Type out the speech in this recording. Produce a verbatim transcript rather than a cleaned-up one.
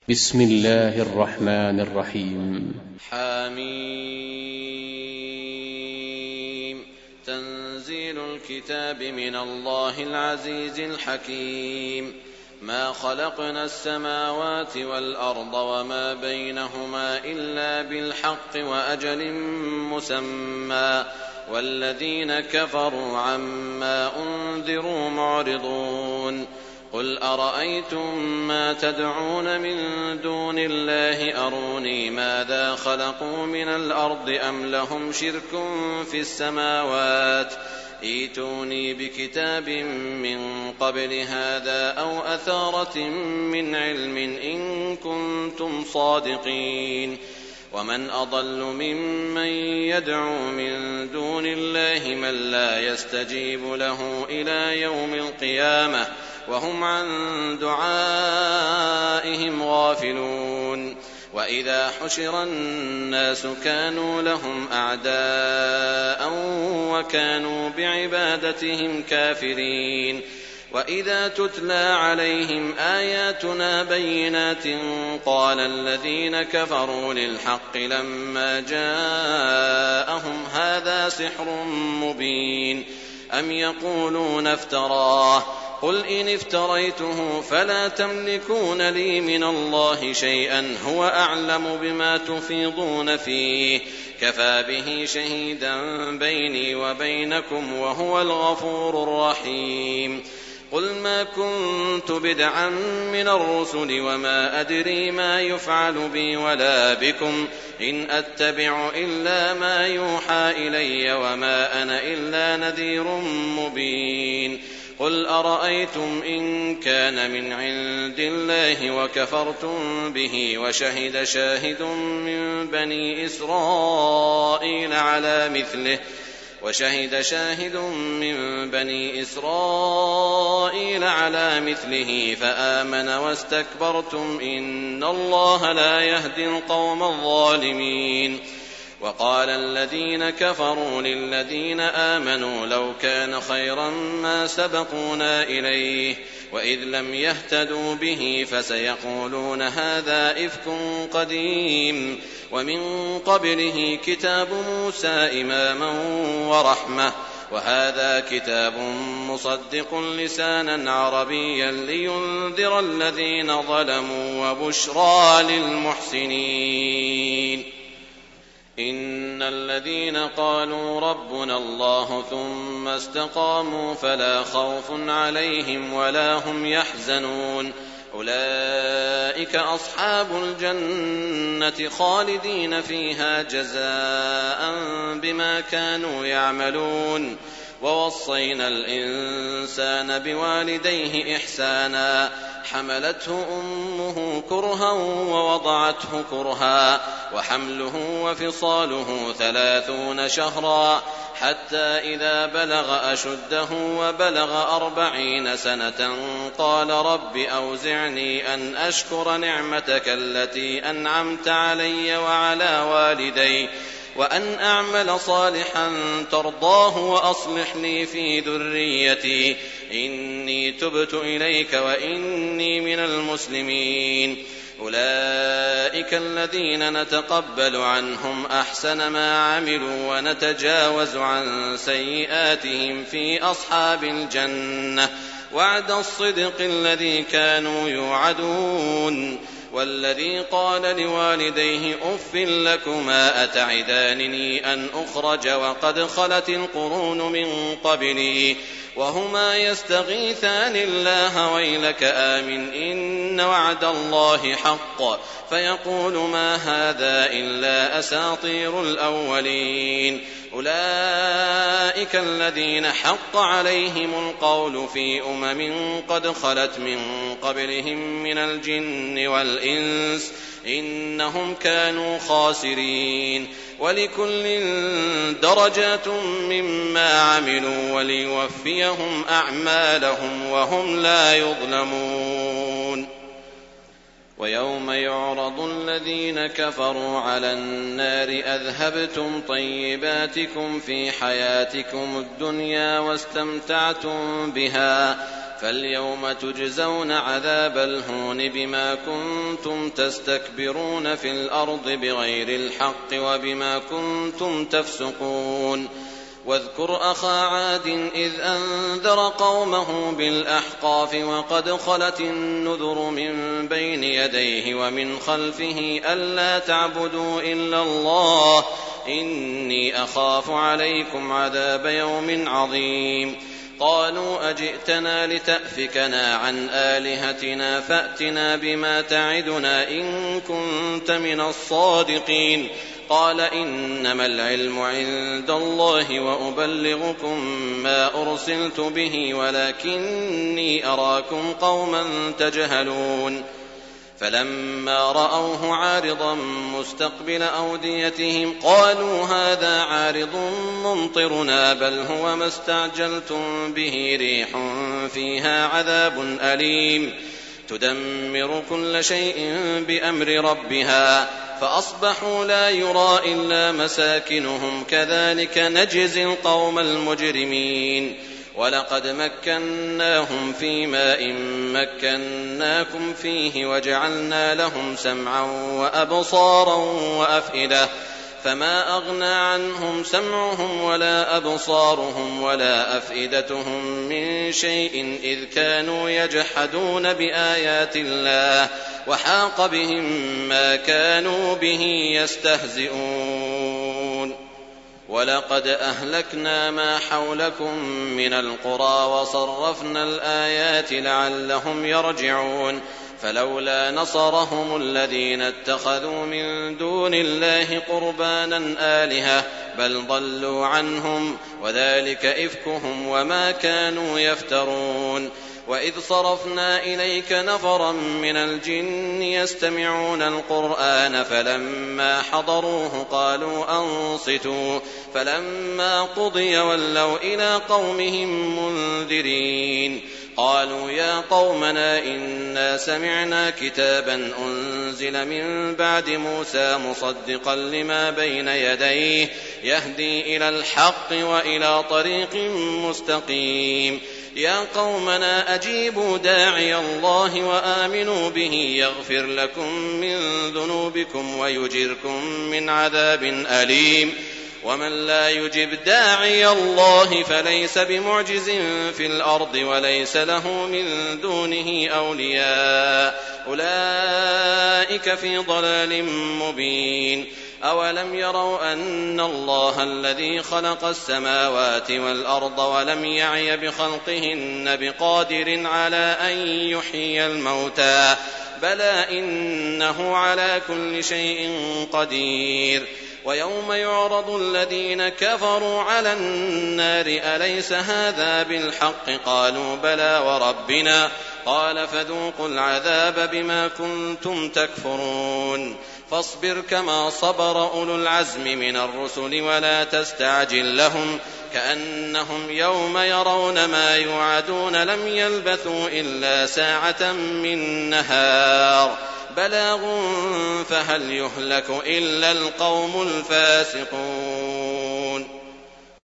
بسم الله الرحمن الرحيم. حميم. تنزيل الكتاب من الله العزيز الحكيم. ما خلقنا السماوات والأرض وما بينهما إلا بالحق وأجل مسمى والذين كفروا عما أنذروا معرضون. قل أرأيتم ما تدعون من دون الله أروني ماذا خلقوا من الأرض أم لهم شرك في السماوات ائتوني بكتاب من قبل هذا أو أثارة من علم إن كنتم صادقين. ومن أضل ممن يدعو من دون الله من لا يستجيب له إلى يوم القيامة وهم عن دعائهم غافلون. وإذا حشر الناس كانوا لهم أعداء وكانوا بعبادتهم كافرين. وإذا تتلى عليهم آياتنا بينات قال الذين كفروا للحق لما جاءهم هذا سحر مبين أم يقولون افتراه قل إن افتريته فلا تملكون لي من الله شيئا هو أعلم بما تفيضون فيه كفى به شهيدا بيني وبينكم وهو الغفور الرحيم. قل ما كنت بدعا من الرسل وما أدري ما يفعل بي ولا بكم إن أتبع إلا ما يوحى إلي وما أنا إلا نذير مبين. قل أرأيتم إن كان من عند الله وكفرتم به وشهد شاهد من بني إسرائيل على مثله وشهد شاهد من بني إسرائيل على مثله فآمن واستكبرتم إن الله لا يهدي القوم الظالمين. وقال الذين كفروا للذين آمنوا لو كان خيرا ما سبقونا إليه وإذ لم يهتدوا به فسيقولون هذا إفك قديم ومن قبله كتاب موسى إماما ورحمة وهذا كتاب مصدق لسانا عربيا لينذر الذين ظلموا وبشرى للمحسنين. إن الذين قالوا ربنا الله ثم استقاموا فلا خوف عليهم ولا هم يحزنون أولئك أصحاب الجنة خالدين فيها جزاء بما كانوا يعملون. ووصينا الإنسان بوالديه إحسانا حملته أمه كرها ووضعته كرها وحمله وفصاله ثلاثون شهرا حتى إذا بلغ أشده وبلغ أربعين سنة قال رب أوزعني أن أشكر نعمتك التي أنعمت علي وعلى والدي وأن أعمل صالحا ترضاه وأصلح لي في ذريتي إني تبت إليك وإني من المسلمين. أولئك الذين نتقبل عنهم أحسن ما عملوا ونتجاوز عن سيئاتهم في أصحاب الجنة وعد الصدق الذي كانوا يوعدون. والذي قال لوالديه أف لكما أتعدانني أن أخرج وقد خلت القرون من قبلي وهما يستغيثان الله ويلك آمن إن وعد الله حق فيقول ما هذا إلا أساطير الأولين. أولئك الذين حق عليهم القول في أمم قد خلت من قبلهم من الجن والإنس إنهم كانوا خاسرين. ولكل درجات مما عملوا وليوفيهم أعمالهم وهم لا يظلمون. ويوم يعرض الذين كفروا على النار أذهبتم طيباتكم في حياتكم الدنيا واستمتعتم بها فاليوم تجزون عذاب الهون بما كنتم تستكبرون في الأرض بغير الحق وبما كنتم تفسقون واذكر أخا عاد إذ أنذر قومه بالأحقاف وقد خلت النذر من بين يديه ومن خلفه ألا تعبدوا إلا الله إني أخاف عليكم عذاب يوم عظيم قالوا أجئتنا لتأفكنا عن آلهتنا فأتنا بما تعدنا إن كنت من الصادقين قال إنما العلم عند الله وأبلغكم ما أرسلت به ولكني أراكم قوما تجهلون فلما رأوه عارضا مستقبل أوديتهم قالوا هذا عارض ممطرنا بل هو ما استعجلتم به ريح فيها عذاب أليم تدمر كل شيء بأمر ربها فأصبحوا لا يرى إلا مساكنهم كذلك نجزي القوم المجرمين ولقد مكناهم في ماء مكناكم فيه وجعلنا لهم سمعا وأبصارا وأفئدة فما أغنى عنهم سمعهم ولا أبصارهم ولا أفئدتهم من شيء إذ كانوا يجحدون بآيات الله وحاق بهم ما كانوا به يستهزئون ولقد أهلكنا ما حولكم من القرى وصرفنا الآيات لعلهم يرجعون فلولا نصرهم الذين اتخذوا من دون الله قربانا آلهة بل ضلوا عنهم وذلك إفكهم وما كانوا يفترون وإذ صرفنا إليك نفرا من الجن يستمعون القرآن فلما حضروه قالوا أنصتوا فلما قضي ولوا إلى قومهم منذرين قالوا يا قومنا إنا سمعنا كتابا أنزل من بعد موسى مصدقا لما بين يديه يهدي إلى الحق وإلى طريق مستقيم يا قومنا أجيبوا داعي الله وآمنوا به يغفر لكم من ذنوبكم ويجركم من عذاب أليم ومن لا يجب داعي الله فليس بمعجز في الأرض وليس له من دونه أولياء أولئك في ضلال مبين أولم يروا أن الله الذي خلق السماوات والأرض ولم يعي بخلقهن بقادر على أن يحيي الموتى بلى إنه على كل شيء قدير ويوم يعرض الذين كفروا على النار أليس هذا بالحق قالوا بلى وربنا قال فذوقوا العذاب بما كنتم تكفرون فاصبر كما صبر أولو العزم من الرسل ولا تستعجل لهم كأنهم يوم يرون ما يوعدون لم يلبثوا إلا ساعة من نهار بلاغ فهل يهلك إلا القوم الفاسقون.